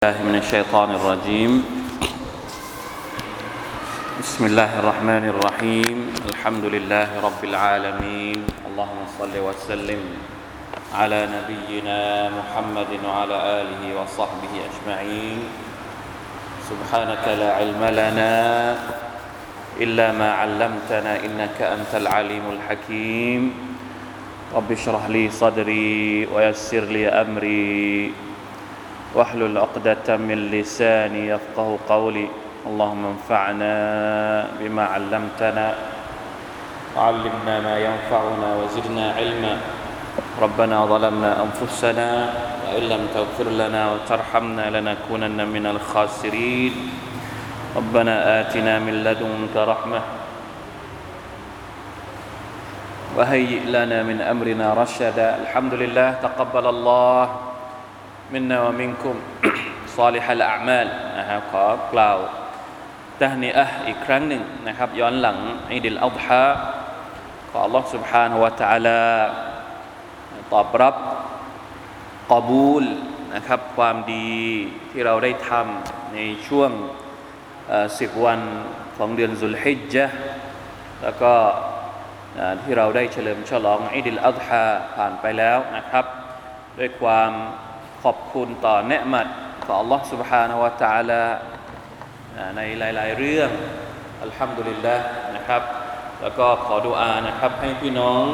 الله من الشيطان الرجيم بسم الله الرحمن الرحيم الحمد لله رب العالمين اللهم صل وسلم على نبينا محمد وعلى آله وصحبه أجمعين سبحانك لا علم لنا إلا ما علمتنا إنك أنت العليم الحكيم رب اشرح لي صدري ويسر لي أمري واحلل عقدة من لساني يفقه قولي اللهم انفعنا بما علمتنا وعلمنا ما ينفعنا وزدنا علما ربنا ظلمنا أنفسنا وإن لم تغفر لنا وترحمنا لنكونن من الخاسرين ربنا آتنا من لدنك رحمة وهيئ لنا من أمرنا رشدا الحمد لله تقبل اللهมินนา วะมินกุม ศอลิฮัลอาอ์มาลนะครับขอกล่าวตะฮ์นีอะห์อีกครั้งหนึ่งนะครับย้อนหลังอีดุลอัฎฮาขออัลลอฮ์ سبحانه และ تعالى ตอบรับกอบูลนะครับความดีที่เราได้ทำในช่วง10 วันของเดือนซุลฮิจญะห์แล้วก็ที่เราได้เฉลิมฉลองอีดุลอัฎฮาผ่านไปแล้วนะครับด้วยความขอบคุณต่อเนือ์มัตของ Allah سبحانه และ تعالى ในหลายๆเรื่องอัลฮัมดุลิลลาห์นะครับแล้วก็ขอดุอานะครับให้พี่น้อง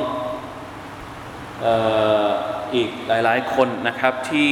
อีกหลายๆคนนะครับที่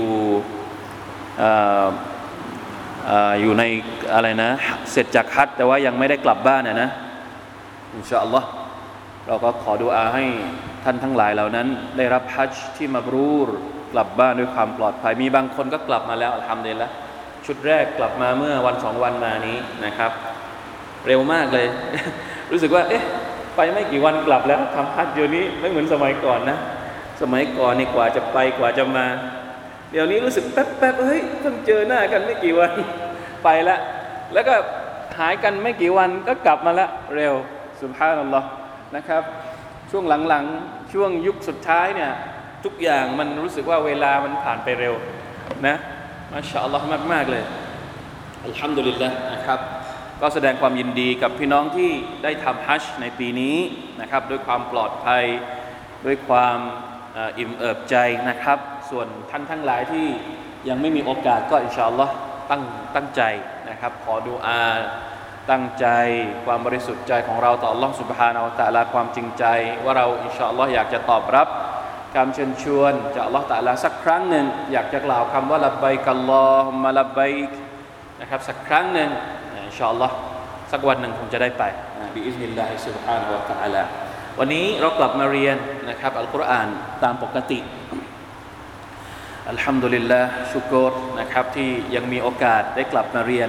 อยู่ในอะไรนะเสร็จจากฮัจญ์แต่ว่ายังไม่ได้กลับบ้านนะอินชาอัลลอฮ์เราก็ขอดุอาให้ท่านทั้งหลายเหล่านั้นได้รับฮัจญ์ที่มับรูรกลับบ้านด้วยความปลอดภัยมีบางคนก็กลับมาแล้วอัลฮัมดุลิลละห์ชุดแรกกลับมาเมื่อวัน2 วันมานี้นะครับเร็วมากเลย รู้สึกว่าไปไม่กี่วันกลับแล้วทำฮัจญ์เดี๋ยวนี้ไม่เหมือนสมัยก่อนนะสมัยก่อนนี่กว่าจะไปกว่าจะมาเดี๋ยวนี้รู้สึกแป๊บเฮ้ยเพิ่งเจอหน้ากันไม่กี่วัน ไปแล้วก็หายกันไม่กี่วันก็กลับมาละเร็วซุบฮานัลลอฮ์นะครับช่วงหลังๆช่วงยุคสุดท้ายเนี่ยทุกอย่างมันรู้สึกว่าเวลามันผ่านไปเร็วนะมาชาอัลลอฮ์มากๆเลยอัลฮัมดุลิลละห์นะครับก็แสดงความยินดีกับพี่น้องที่ได้ทำฮัจญ์ในปีนี้นะครับด้วยความปลอดภัยด้วยความอิ่มเอิบใจนะครับส่วนท่านทั้งหลายที่ยังไม่มีโอกาสก็อินชาอัลลอฮ์ตั้งใจนะครับขอดุอาตั้งใจความบริสุทธิ์ใจของเราต่ออัลลอฮ์ซุบฮานะฮูวะตะอาลาความจริงใจว่าเราอินชาอัลลอฮ์อยากจะตอบรับการเชิญชวนจากอัลลอฮฺตะอาลาสักครั้งหนึ่งอยากจะกล่าวคำว่าลับบัยกัลลอฮุมมะลับบัยกนะครับสักครั้งหนึ่งอินชาอัลลอฮฺสักวันหนึ่งคงจะได้ไปบิอิซนิลลาฮิซุบฮานะฮูวะตะอาลาวันนี้เรากลับมาเรียนนะครับอัลกุรอานตามปกติอัลฮัมดุลิลลาห์ชุกรนะครับที่ยังมีโอกาสได้กลับมาเรียน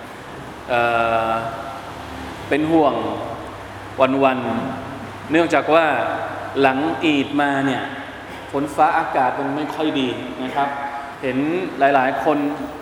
เป็นห่วงวันเนื่องจากว่าหลังอีดมาเนี่ยฝนฟ้าอากาศมันไม่ค่อยดีนะครับเห็นหลายๆคน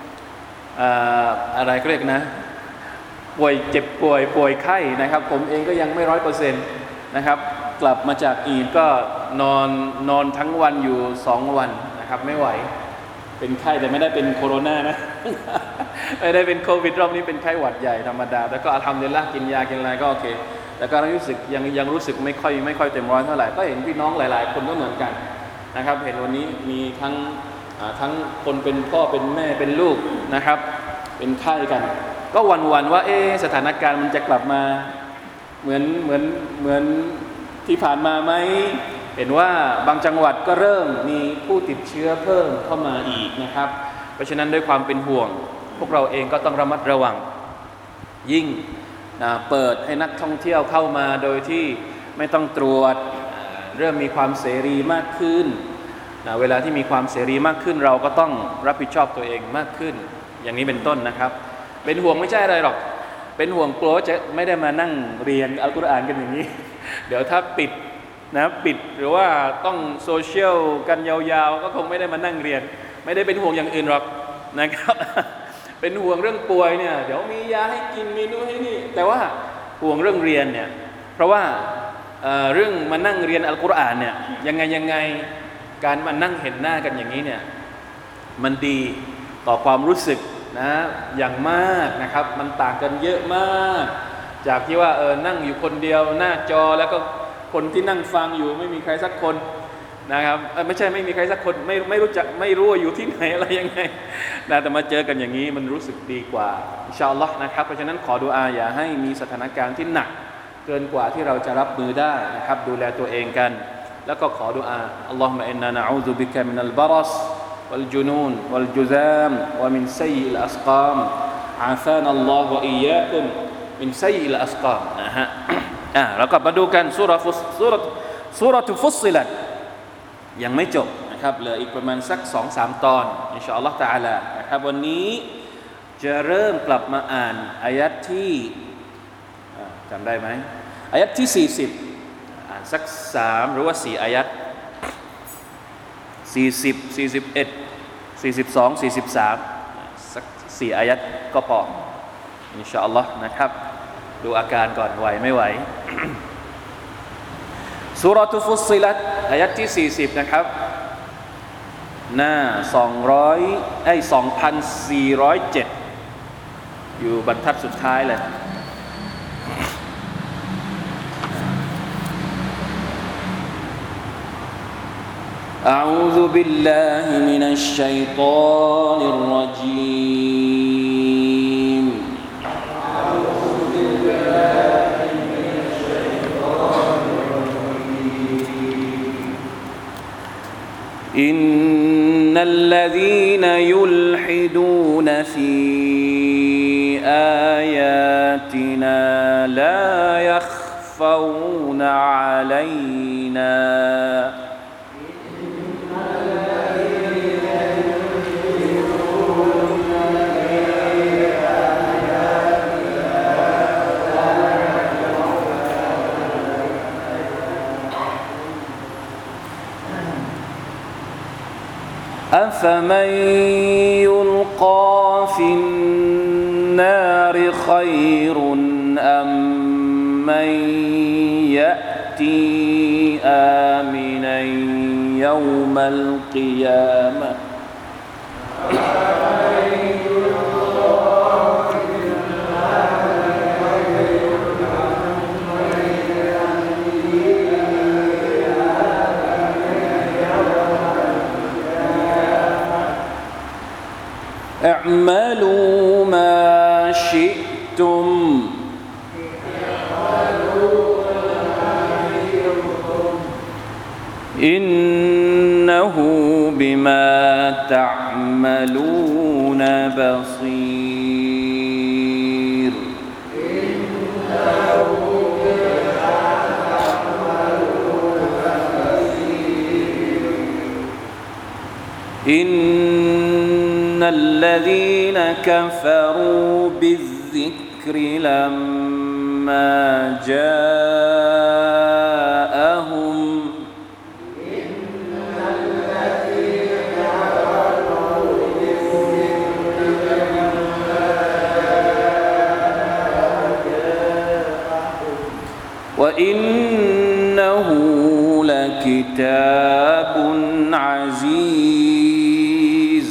อะไรก็เรียกนะป่วยเจ็บป่วยไข้นะครับผมเองก็ยังไม่100%นะครับกลับมาจากอีดก็นอนทั้งวันอยู่2 วันนะครับไม่ไหวเป็นไข้แต่ไม่ได้เป็นโคโรนานะ ไม่ได้เป็นโควิดรอบนี้เป็นไข้หวัดใหญ่ธรรมดาแต่ก็อัลฮัมดุลิลละห์กินยากินอะไรก็โอเคแต่ก็รู้สึกยังรู้สึกไม่ค่อยเต็มร้อยเท่าไหร่ก็เห็นพี่น้องหลายๆคนก็เหมือนกันนะครับเห็นวันนี้มีทั้งคนเป็นพ่อเป็นแม่เป็นลูกนะครับเป็นไข้กันก็หวั่นว่าสถานการณ์มันจะกลับมาเหมือนที่ผ่านมาไหมเห็นว่าบางจังหวัดก็เริ่มมีผู้ติดเชื้อเพิ่มเข้ามาอีกนะครับเพราะฉะนั้นด้วยความเป็นห่วงพวกเราเองก็ต้องระมัดระวังยิ่งเปิดให้นักท่องเที่ยวเข้ามาโดยที่ไม่ต้องตรวจเริ่มมีความเสรีมากขึ้นเวลาที่มีความเสรีมากขึ้นเราก็ต้องรับผิดชอบตัวเองมากขึ้นอย่างนี้เป็นต้นนะครับเป็นห่วงไม่ใช่อะไรหรอกเป็นห่วงกลัวจะไม่ได้มานั่งเรียนอัลกุรอานกันอย่างนี้ เดี๋ยวถ้าปิดหรือว่าต้องโซเชียลกันยาวๆก็คงไม่ได้มานั่งเรียนไม่ได้เป็นห่วงอย่างอื่นหรอกนะครับ เป็นห่วงเรื่องป่วยเนี่ยเดี๋ยวมียาให้กินมีนู่นให้นี่แต่ว่าห่วงเรื่องเรียนเนี่ยเพราะว่าเรื่องมานั่งเรียนอัลกุรอานเนี่ยยังไงการมานั่งเห็นหน้ากันอย่างนี้เนี่ยมันดีต่อความรู้สึกนะอย่างมากนะครับมันต่างกันเยอะมากจากที่ว่านั่งอยู่คนเดียวหน้าจอแล้วก็คนที่นั่งฟังอยู่ไม่มีใครสักคนนะครับไม่ใช่ไม่มีใครสักคนไม่รู้จักไม่รู้ว่าอยู่ที่ไหนอะไรยังไงนะแต่มาเจอกันอย่างนี้มันรู้สึกดีกว่าอินชาอัลลอฮ์นะครับเพราะฉะนั้นขอดุอาอย่าให้มีสถานการณ์ที่หนักเกินกว่าที่เราจะรับมือได้นะครับดูแลตัวเองกันแล้วก็ขอดุอาอัลลอฮุมะอินนานะอูซุบิกะมินัลบะรัสวัลจุนูนวัลจุซามวะมินซัยยิลอัสกามอาฟานัลลอฮุวะอียากุมมินซัยยิลอัสกามนะฮะแล้วก็มาดูกันซูเราะห์ฟุssiลัตยังไม่จบนะครับเหลืออีกประมาณสัก 2-3 ตอนอินชาอัลลอฮ์ตะอาลานะครับวันนี้จะเริ่มกลับมาอ่านอายัดที่จำได้ไหมอายัดที่40อ่านสัก3หรือว่า4อายัด40 41 42 43สัก4อายัดก็พออินชาอัลลอฮ์นะครับดูอาการก่อนไหวไม่ไหว ซูเราะห์ฟุssiลัตอายัดที่40นะครับหน้า2407อยู่บรรทัดสุดท้ายเลยأعوذ بالله من الشيطان الرجيم أعوذ بالله من الشيطان الرجيم إن الذين يلحدون في آياتنا لا يخفون علينا أفمن يلقى في النار خير أم من يأتي آمنا يوم القيامة اعملوا ما شئتم إنه بما تعملون بصير إن الذين كفروا بالذكر لما جاءهم وإنه لكتاب عزيز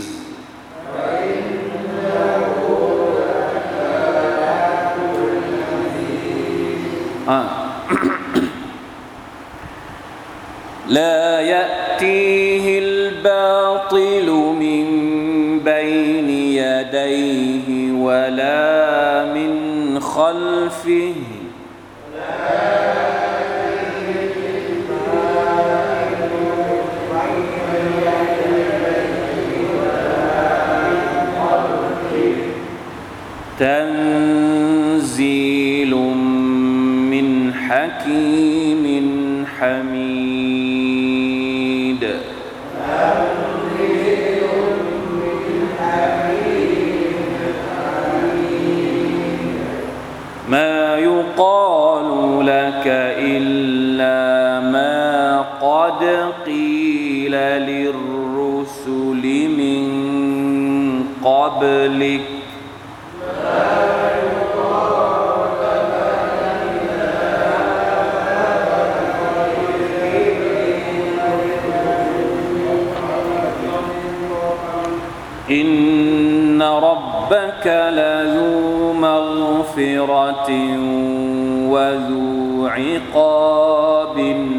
لا يأتيه الباطل من بين يديه ولا من خلفه تنزيل من حكيم حميد ما يقال لك إلا ما قد قيل للرسل من قبلك إن ربك لذو مغفرة وذو عقاب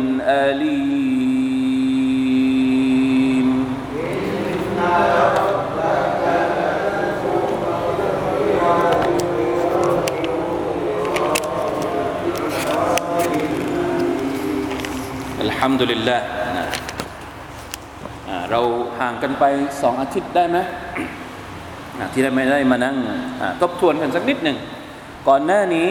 أليم الحمد لله เราห่างกันไป2 อาทิตย์ได้ไหมที่ได้ไม่ได้มานั่งทบทวนกันสักนิดหนึ่งก่อนหน้านี้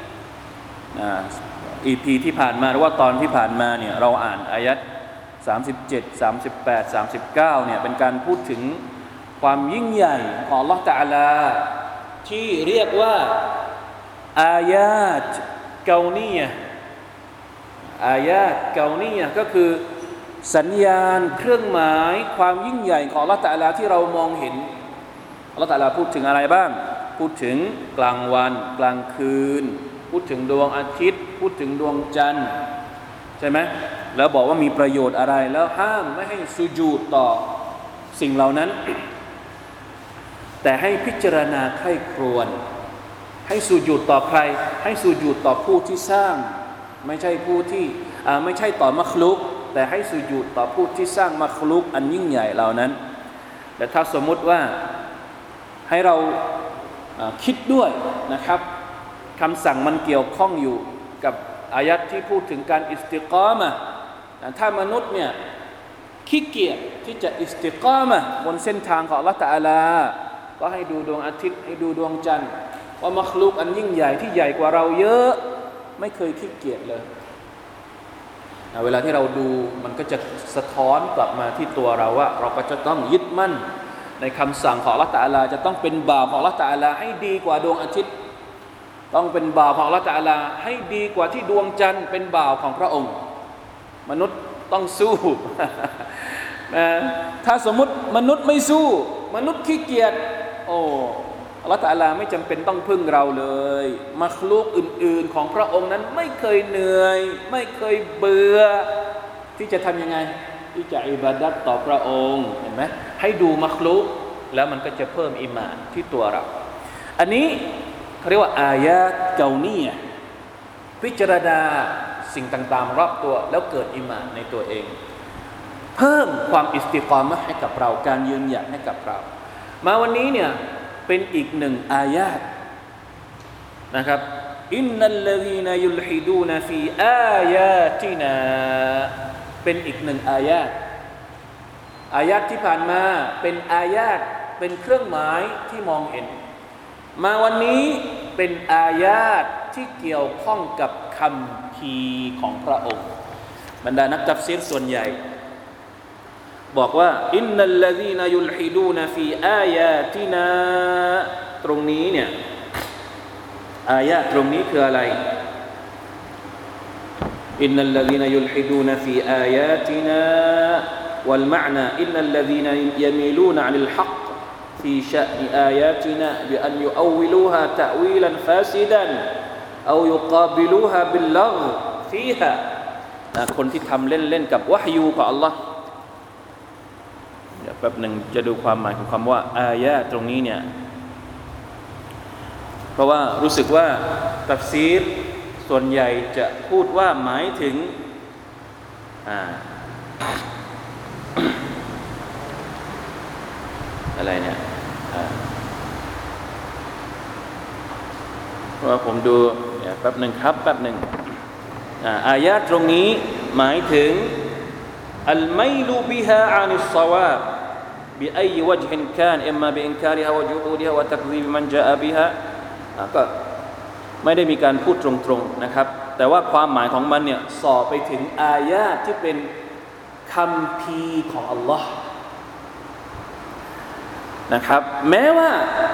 EP ที่ผ่านมาหรือว่าตอนที่ผ่านมาเนี่ยเราอ่านอายัด37 38 39เนี่ยเป็นการพูดถึงความยิ่งใหญ่ของอัลเลาะห์ตะอาลาที่เรียกว่าอายาตเกานียะห์อายาตเกานียะห์ก็คือสัญญาณเครื่องหมายความยิ่งใหญ่ของอัลเลาะห์ตะอาลาที่เรามองเห็นอัลเลาะห์ตะอาลาพูดถึงอะไรบ้างพูดถึงกลางวันกลางคืนพูดถึงดวงอาทิตย์พูดถึงดวงจันทร์ใช่ไหมแล้วบอกว่ามีประโยชน์อะไรแล้วห้ามไม่ให้สุญูดต่อสิ่งเหล่านั้นแต่ให้พิจารณาใคร่ครวญให้สุญูดต่อใครให้สุญูดต่อผู้ที่สร้างไม่ใช่ผู้ที่ไม่ใช่ต่อมัคลุกแต่ให้สุญูดต่อผู้ที่สร้างมัคลุกอันยิ่งใหญ่เหล่านั้นแต่ถ้าสมมุติว่าให้เราคิดด้วยนะครับคำสั่งมันเกี่ยวข้องอยู่กับอายัดที่พูดถึงการอิสติกามะห์ถ้ามนุษย์เนี่ยขี้เกียจที่จะอิสติกามะห์บนเส้นทางของอัลเลาะห์ตะอาลาก็ให้ดูดวงอาทิตย์ให้ดูดวงจันทร์ว่ามัคลุกอันยิ่งใหญ่ที่ใหญ่กว่าเราเยอะไม่เคยขี้เกียจเลยเวลาที่เราดูมันก็จะสะท้อนกลับมาที่ตัวเราว่าเราก็จะต้องยึดมั่นในคำสั่งของอัลเลาะห์ตะอาลาจะต้องเป็นบ่าวของอัลเลาะห์ตะอาลาให้ดีกว่าดวงอาทิตย์ต้องเป็นบ่าวของอัลเลาะห์ตะอาลาให้ดีกว่าที่ดวงจันทร์เป็นบ่าวของพระองค์มนุษย์ต้องสู้ ถ้าสมมุติมนุษย์ไม่สู้มนุษย์ขี้เกียจโอ้อัลเลาะห์ตะอาลาไม่จำเป็นต้องพึ่งเราเลยมัคลุกอื่นๆของพระองค์นั้นไม่เคยเหนื่อยไม่เคยเบื่อที่จะทำยังไงที่จะอิบาดัตต่อพระองค์เห็นไหมให้ดูมัคลุกแล้วมันก็จะเพิ่มอีหม่านที่ตัวเราอันนี้เขาเรียกว่าอายะห์เกานียะห์พิจารณาสิ่งต่างๆรอบตัวแล้วเกิดอีหม่านในตัวเองเพิ่มความอิสติกามะห์ให้กับเราการยืนหยัดให้กับเรามาวันนี้เนี่ยเป็นอีกหนึ่งอายะห์นะครับอินนัลลซีนายุลฮิดูนฟีอายาตินาเป็นอีกหนึ่งอายะห์อายะห์ที่ผ่านมาเป็นอายะห์เป็นเครื่องหมายที่มองเห็นมาวันนี้เป็นอายะห์ที่เกี่ยวข้องกับคำพีของพระองค์บรรดานักตัฟซีรส่วนใหญ่บอกว่าอินนัลลซีนายุลฮิดูนฟีอายาตินาตรงนี้เนี่ยอายะห์ตรงนี้คืออะไรอินนัลลซีนายุลฮิดูนฟีอายาตินาวัลมะอ์นาอินนัลลซีนายะมีลูนอะลิลฮักฟีชะนิอายาตินาบิอันยุอวิลูฮาตะวีลันฟาซิดันเอายุกาบิลูฮาบิลลัฆฟีฮาคนที่ทำเล่นๆกับวะฮยูของอัลลอฮ์เดี๋ยวแป๊บนึงจะดูความหมายของคำว่าอายะห์ตรงนี้เนี่ยเพราะว่ารู้สึกว่าตัฟซีรส่วนใหญ่จะพูดว่าหมายถึงอะไรเนี่ยเพราะว่าผมดูแป๊บหนึ่งครับแป๊บหนึ่งอายะห์ตรงนี้หมายถึงอัลไมลูบิฮาอานิสซาวาบบิอัยวัจฮินคานอิมมาบิอินคาริฮาวะจุฮูดิฮาวะตักซีบมันจาอะบิฮาก็ไม่ได้มีการพูดตรงๆนะครับแต่ว่าความหมายของมันเนี่ยส่อไปถึงอายะห์ที่เป็นคัมภีร์ของอัลลอฮ์นะครับแม้ว่า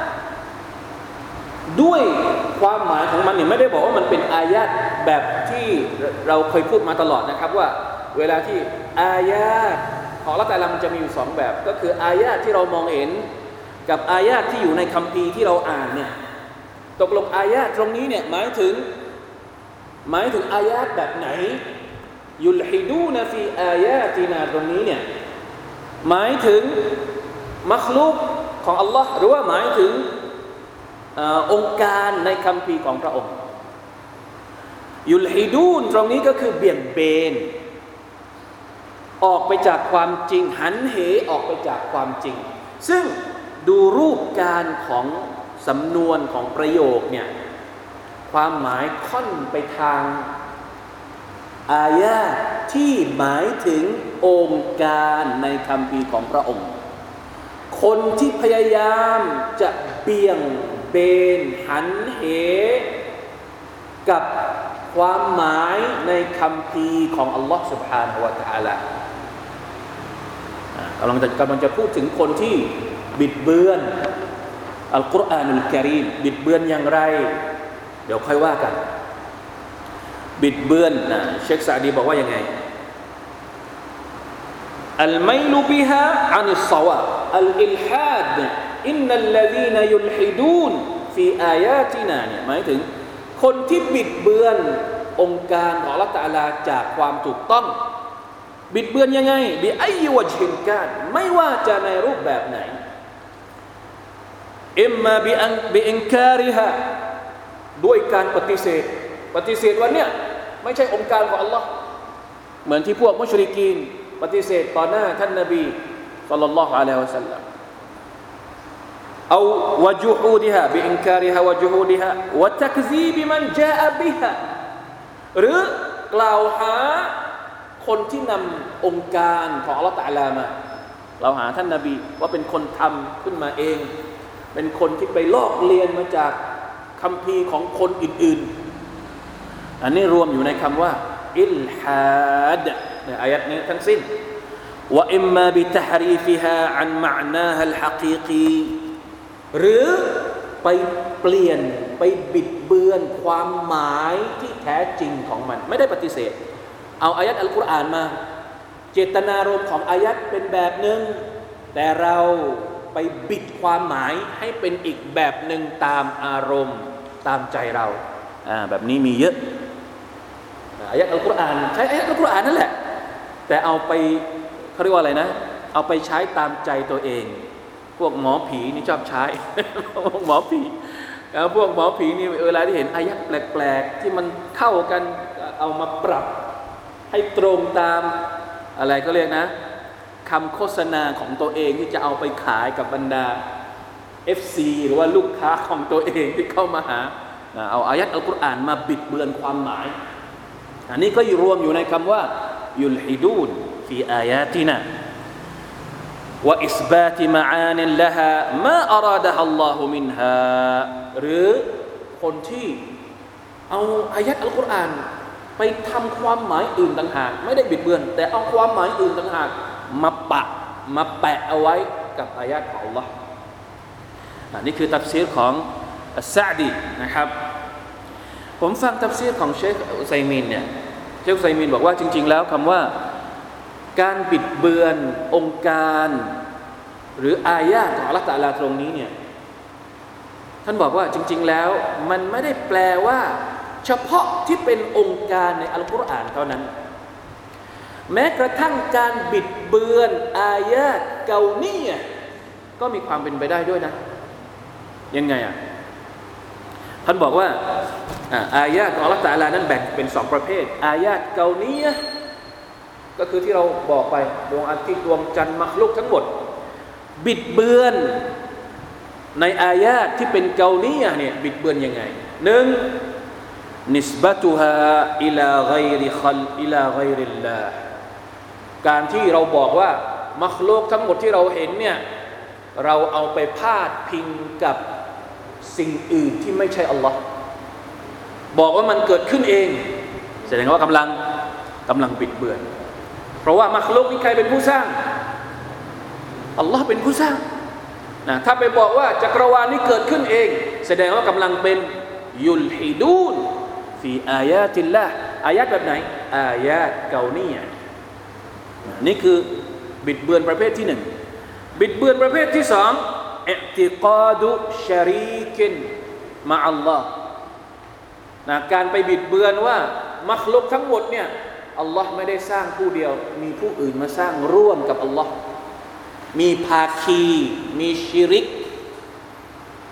ด้วยความหมายของมันเนี่ยไม่ได้บอกว่ามันเป็นอายะห์แบบที่เราเคยพูดมาตลอดนะครับว่าเวลาที่อายะห์ของอัลเลาะห์ตะอาลามันจะมีอยู่2แบบก็คืออายะห์ที่เรามองเห็นกับอายะห์ที่อยู่ในคัมภีร์ที่เราอ่านเนี่ยตกลงอายะห์ตรงนี้เนี่ยหมายถึงอายะห์แบบไหนยุลฮิดูนฟีอายาตินาตรงนี้เนี่ยหมายถึงมัคลุกของอัลลอฮ์หรือว่าหมายถึงองค์การในคัมภีร์ของพระองค์ยุลฮิดูนตรงนี้ก็คือเบี่ยงเบนออกไปจากความจริงหันเหออกไปจากความจริงซึ่งดูรูปการของสำนวนของประโยคเนี่ยความหมายค่อนไปทางอายะห์ที่หมายถึงองค์การในคัมภีร์ของพระองค์คนที่พยายามจะเบี่ยงเบนหันเหกับความหมายในคัมภีร์ของอัลลอฮฺ سبحانه และ تعالى กำลังจะพูดถึงคนที่บิดเบือนอัลกุรอานุลกะรีมบิดเบือนอย่างไรเดี๋ยวค่อยว่ากันบิดเบือนนะเชคซะดีบอกว่ายังไงอัลมัยลุบิฮาอันิสศอวาบอัลอิลฮาดอินนัลลซีนยุลฮิดูนฟีอายาตินาเนี่ยหมายถึงคนที่บิดเบือนองค์การของอัลเลาะห์ตะอาลาจากความถูกต้องบิดเบือนยังไงบิอัยวะจินกานไม่ว่าจะในรูปแบบไหนอิมมาบิอินคาริฮาด้วยการปฏิเสธว่าเนี่ยไม่ใช่องค์การของอัลลอฮ์เหมือนที่พวกมุชริกีนปฏิเสธต่อหน้าท่านนบีศ็อลลัลลอฮุอะลัยฮิวะซัลลัมเอาวะจุฮูดิฮาบิอินคาริฮาวะจุฮูดิฮาวะตักซีบมันจาอะบิฮาหรือกล่าวหาคนที่นำองค์การของอัลเลาะห์ตะอาลามากล่าวหาท่านนบีว่าเป็นคนทำขึ้นมาเองเป็นคนที่ไปลอกเลียนมาจากคัมภีร์ของคนอื่นๆอันนี้รวมอยู่ในคำว่าอิลฮาดในอายัดนี้ทั้งสิ้นว่าอิมมาบิตะฮรีฟิฮาอันมะอนาฮะลฮะกีกีหรือไปเปลี่ยนไปบิดเบือนความหมายที่แท้จริงของมันไม่ได้ปฏิเสธเอาอายัดอัลกุรอานมาเจตนารมณ์ของอายัดเป็นแบบหนึ่งแต่เราไปบิดความหมายให้เป็นอีกแบบหนึ่งตามอารมณ์ตามใจเราแบบนี้มีเยอะอายะห์อัลกุรอานใช้อายะห์อัลกุรอานนั่นแหละแต่เอาไปเขาเรียกว่าอะไรนะเอาไปใช้ตามใจตัวเองพวกหมอผีนี่ชอบใช้ พวกหมอผีพวกหมอผีนี่เวลาที่เห็นอายะห์แปลกๆที่มันเข้ากันเอามาปรับให้ตรงตามอะไรก็เรียกนะคำโฆษณาของตัวเองที่จะเอาไปขายกับบรรดา FC หรือว่าลูกค้าของตัวเองที่เข้ามาหาเอาอายะห์อัลกุรอานมาบิดเบือนความหมายอันนี้ก็รวมอยู่ในคำว่ายุลฮิดูนฟีอายาตินาวะอิสบาติมะอานินละฮามาอารดะฮัลลอฮุมินฮาหรือคนที่เอาอายะห์อัลกุรอานไปทำความหมายอื่นต่างหากไม่ได้บิดเบือนแต่เอาความหมายอื่นต่างหากมาแปะเอาไว้กับอายะห์ของ Allah นี่คือตัฟซีรของอัสซะอ์ดีนะครับผมฟังตัฟซีรของเชคอุซัยมีนเนี่ยเชคอุซัยมีนบอกว่าจริงๆแล้วคำว่าการบิดเบือนองค์การหรืออายะห์ของอัลเลาะห์ตะอาลาตรงนี้เนี่ยท่านบอกว่าจริงๆแล้วมันไม่ได้แปลว่าเฉพาะที่เป็นองค์การในอัลกุรอานเท่านั้นแม้กระทั่งการบิดเบือนอายะห์เกานียะห์ก็มีความเป็นไปได้ด้วยนะยังไงท่านบอกว่าอายะห์ของอัลเลาะห์ตะอาลานั้นแบ่งเป็น2ประเภทอายะห์เกานียะห์ก็คือที่เราบอกไปดวงอาทิตย์ดวงจันทร์มักลุกทั้งหมดบิดเบือนในอายะห์ที่เป็นเกานียะห์เนี่ยบิดเบือนยังไง1นิสบะตุฮาอิลาฆอยริคัลอิลาฆอยริลลาห์การที่เราบอกว่ามักลุกทั้งหมดที่เราเห็นเนี่ยเราเอาไปพาดพิงกับสิ่งอื่นที่ไม่ใช่อัลลอฮ์บอกว่ามันเกิดขึ้นเองแสดงว่ากำลังบิดเบือนเพราะว่ามักลุกนี่ใครเป็นผู้สร้างอัลลอฮ์เป็นผู้สร้างนะถ้าไปบอกว่าจักรวาลนี้เกิดขึ้นเองแสดงว่ากำลังเป็นยุลฮิดูนฟีอายาติลลาห์อายะห์แบบไหนอายะห์เกานียะห์นี่คือบิดเบือนประเภทที่1บิดเบือนประเภทที่2อิอติกาดุชะรีกินมะอัลลอฮ์นะการไปบิดเบือนว่ามักลุกทั้งหมดเนี่ยอัลลอฮ์ไม่ได้สร้างผู้เดียวมีผู้อื่นมาสร้างร่วมกับอัลลอฮ์มีภาคีมีชิริก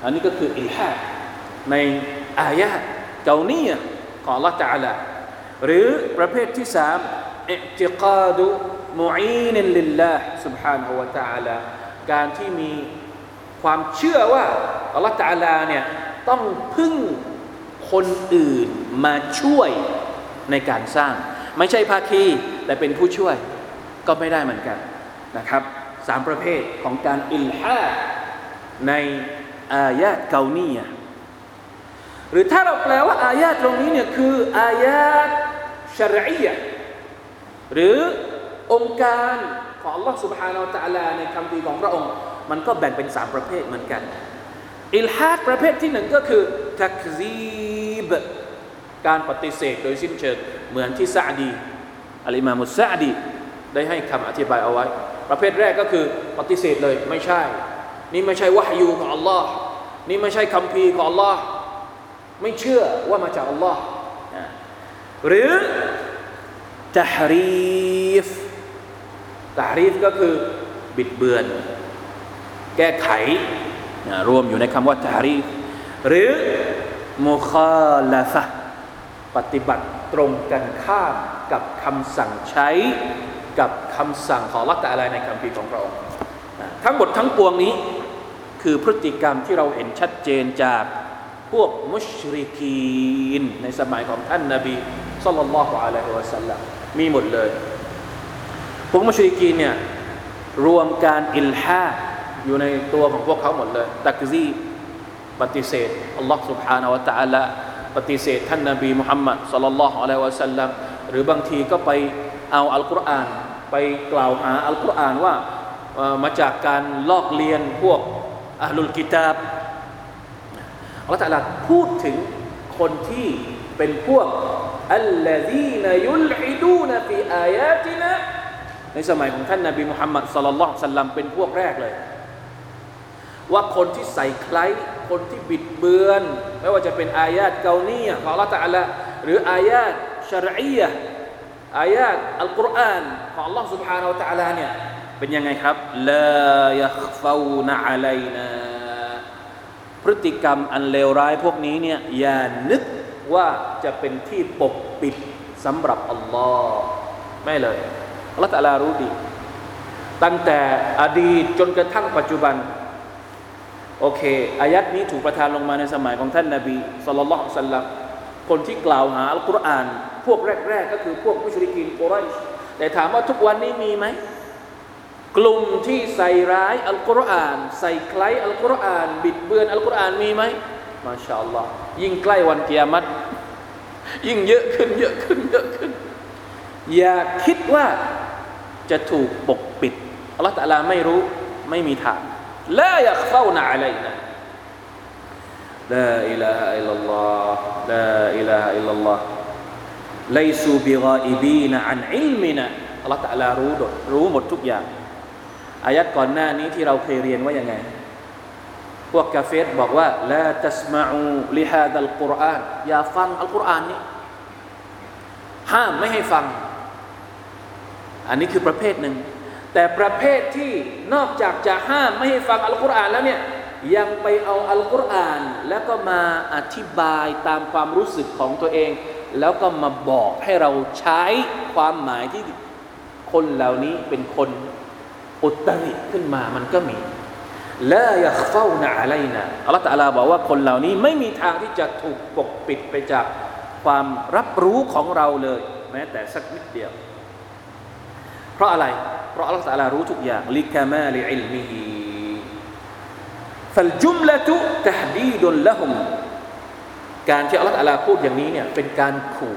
อันนี้ก็คืออิลฮาดในอายะห์เกานียะห์ของ Allah Ta'ala หรือประเภทที่3อิอ์ติกาดุมุอีนลิลลาห์ سبحانه และ تعالى การที่มีความเชื่อว่า Allah Ta'ala เนี่ยต้องพึ่งคนอื่นมาช่วยในการสร้างไม่ใช่ภาคีแต่เป็นผู้ช่วยก็ไม่ได้เหมือนกันนะครับ3ประเภทของการอิลฮาดในอายะห์เกานียะห์หรือถ้าเราแปลว่าอายะห์ตรงนี้เนี่ยคืออายะห์ชะรอียะห์หรือองค์การของ Allah Subhanahu Wa Taala ในคำพีของพระองค์มันก็แบ่งเป็น3ประเภทเหมือนกันอิลฮาดประเภทที่1ก็คือตักซีบการปฏิเสธโดยสิ้นเชิงเหมือนที่ซะอ์ดีอัลอิมามุสซะอ์ดีได้ให้คำอธิบายเอาไว้ประเภทแรกก็คือปฏิเสธเลยไม่ใช่นี่ไม่ใช่วะฮยูของ Allah นี่ไม่ใช่คัมภีร์ของ Allah ไม่เชื่อว่ามาจาก Allah หรือตะฮรีฟก็คือบิดเบือนแก้ไขรวมอยู่ในคำว่าตะฮรีฟหรือมุคาลาฟะห์ปฏิบัติตรงกันข้ามกับคำสั่งใช้กับคำสั่งของ Allah Ta'ala ในคัมภีร์ของพระองค์ทั้งหมดทั้งปวงนี้คือพฤติกรรมที่เราเห็นชัดเจนจากพวกมุชริกีนในสมัยของท่านนบีศ็อลลัลลอฮุอะลัยฮิวะซัลลัมมีหมดเลยพวกมุชริกีนเนี่ยรวมการอิลฮาดอยู่ในตัวของพวกเขาหมดเลยตักซีบปฏิเสธอัลลอฮ์ سبحانه และ تعالى ปฏิเสธท่านนบีมุฮัมมัดศ็อลลัลลอฮุอะลัยฮิวะซัลลัมหรือบางทีก็ไปเอาอัลกุรอานไปกล่าวหาอัลกุรอานว่ามาจากการลอกเลียนพวกอะห์ลุลกิตาบอัลเลาะห์ตะอาลาพูดถึงคนที่เป็นพวกอัลลซีนยุลฮิดูนฟีอายาตินะในสมัยของท่านนบีมุฮัมมัดศ็อลลัลลอฮุอะลัยฮิวะซัลลัมเป็นพวกแรกเลยว่าคนที่ใส่ไคล้คนที่บิดเบือนไม่ว่าจะเป็นอายาตเกานียะห์ของอัลเลาะห์ตะอาลาหรืออายาตชะรอียะห์อายาตอัลกุรอานของ Allah Subhanahu Wa Taala เนี่ยเป็นยังไงครับลายัคฟาวนะอะลัยนาพฤติกรรมอันเลวร้ายพวกนี้เนี่ยอย่านึกว่าจะเป็นที่ปกปิดสำหรับอัลลอฮ์ไม่เลยอัลเลาะห์ตะอาลารู้ดีตั้งแต่อดีตจนกระทั่งปัจจุบันโอเคอายัดนี้ถูกประทานลงมาในสมัยของท่านนบีศ็อลลัลลอฮุอะลัยฮิวะซัลลัมคนที่กล่าวหาอัลกุรอานพวกแรกๆก็คือพวกมุชริกีนกุรอยช์แต่ถามว่าทุกวันนี้มีไหมกลุ่มที่ใส่ร้ายอัลกุรอานใส่ไคล้อัลกุรอานบิดเบือนอัลกุรอานมีไหมมาชาอัลลอฮ์ยิ่งใกล้วันกิยามะฮ์ยิ่งเยอะขึ้นอย่าคิดว่าจะถูกปกปิดอัลเลาะห์ตะอาลาไม่รู้ไม่มีทางลายัคฟาวนะอะลัยนาลาอิลาฮะอิลลัลลอฮ์ลาอิลาฮะอิลลัลลอฮ์ไลซูบิฆาอิบีนอันอิลมินะอัลเลาะห์ตะอาลารู้หมดทุกอย่างอายัดก่อนหน้านี้ที่เราเคยเรียนว่ายังไงพวกกาเฟรบอกว่าลาตัสมะอูลิฮาดัลกุรอานอย่าฟังอัลกุรอานนี้ห้ามไม่ให้ฟังอันนี้คือประเภทหนึ่งแต่ประเภทที่นอกจากจะห้ามไม่ให้ฟังอัลกุรอานแล้วเนี่ยยังไปเอาอัลกุรอานแล้วก็มาอธิบายตามความรู้สึกของตัวเองแล้วก็มาบอกให้เราใช้ความหมายที่คนเหล่านี้เป็นคนอุตริขึ้นมามันก็มีลายัคฟาวนะอะลัยนาอัลเลาะห์ตะอาลาบอกว่าคนเหล่านี้ไม่มีทางที่จะถูกปกปิดไปจากความรับรู้ของเราเลยแม้แต่สักนิดเดียวเพราะอะไรเพราะอัลเลาะห์ตะอาลารู้ทุกอย่างลิกะมาลิอิลมิฮิฟัลจุมละตุตะฮดีดุลละฮุมการที่อัลเลาะห์ตะอาลาพูดอย่างนี้เนี่ยเป็นการขู่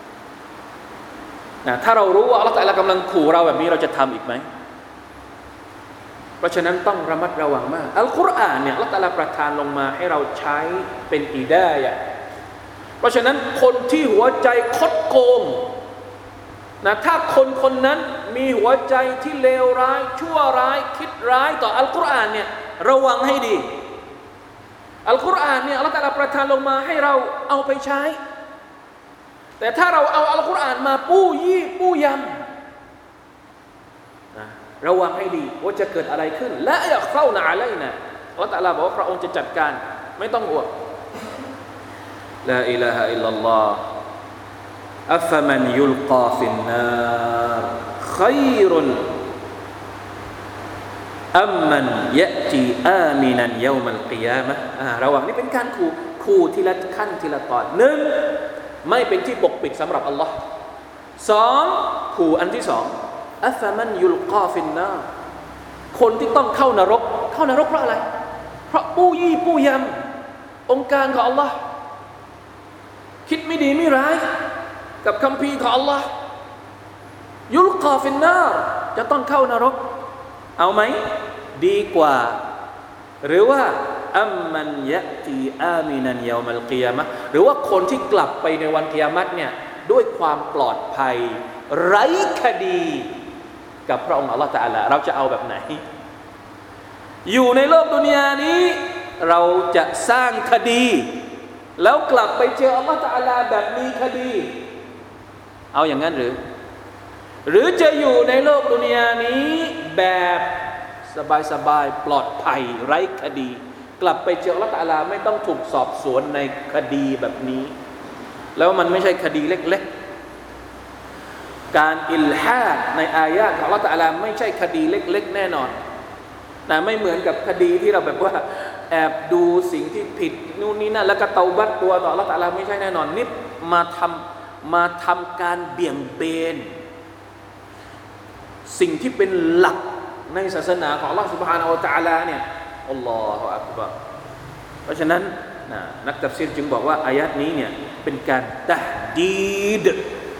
ถ้าเรารู้ว่าอัลเลาะห์ตะอาลากำลังขู่เราแบบนี้เราจะทำอีกไหมเพราะฉะนั้นต้องระมัดระวังมากอัลกุรอานเนี่ยอัลเลาะห์ตะอาลาประทานลงมาให้เราใช้เป็นฮิดายะห์เพราะฉะนั้นคนที่หัวใจคดโกงถ้าคนนั้นมีหัวใจที่เลวร้ายชั่วร้ายคิดร้ายต่ออัลกุรอานเนี่ยระวังให้ดีอัลกุรอานเนี่ยอัลเลาะห์ตะอาลาประทานลงมาให้เราเอาไปใช้แต่ถ้าเราเอาอัลกุรอานมาปู้ยี่ปู้ยำระวังให้ดีว่าจะเกิดอะไรขึ้นและอย่าเข้าหนาอะไรนะอัอัลเลาะห์ตะอาลาบอกว่าพระองค์จะจัดการไม่ต้องห่วงลาอิลาฮะอิลลัลลอฮอัฟมันยุลกาฟินนารขัยรุนอัมมันยะตีอามินันยอมัลกิยามะห์ระหว่างนี้เป็นการขู่ทีละขั้นทีละตอนหนึ่งไม่เป็นที่ปกปิดสำหรับอัลลอฮ์สองขู่อันที่สองอัฟมันยุลกาฟินนารคนที่ต้องเข้านรกเพราะอะไรเพราะปู้ยี่ปู้ยำองค์การของอัลลอฮ์คิดไม่ดีไม่ร้ายกับคัมภีร์ของอัลลอฮ์ยุลกาฟินนารจะต้องเข้านรกเอาไหมดีกว่าหรือว่าอัมมันยะตีอามินันยอมัลกิยามะห์หรือว่าคนที่กลับไปในวันกิยามะห์เนี่ยด้วยความปลอดภัยไร้คดีกับพระองค์อัลลอฮฺตะอาลาเราจะเอาแบบไหนอยู่ในโลกดุนยานี้เราจะสร้างคดีแล้วกลับไปเจออัลลอฮฺตะอาลาแบบมีคดีเอาอย่างนั้นหรือจะอยู่ในโลกดุนยานี้แบบสบายๆปลอดภัยไร้คดีกลับไปเจออัลเลาะห์ตะอาลาไม่ต้องถูกสอบสวนในคดีแบบนี้แล้วมันไม่ใช่คดีเล็กๆการอิลฮาดในอายะห์ของอัลเลาะห์ตะอาลาไม่ใช่คดีเล็กๆแน่นอนนะไม่เหมือนกับคดีที่เราแบบว่าแอบดูสิ่งที่ผิดนู่นนี่นั่นแล้วก็เตาบัตตัวต่ออัลเลาะห์ตะอาลาไม่ใช่แน่นอนนี่มาทำการเบี่ยงเบนสิ่งที่เป็นหลักในศาสนาของอัลเลาะห์ซุบฮานะฮูวะตะอาลาเนี่ยอัลลอฮฺอักบัรเพราะฉะนั้นนักตัฟซีรจึงบอกว่าอายะห์นี้เนี่ยเป็นการตะฮดีด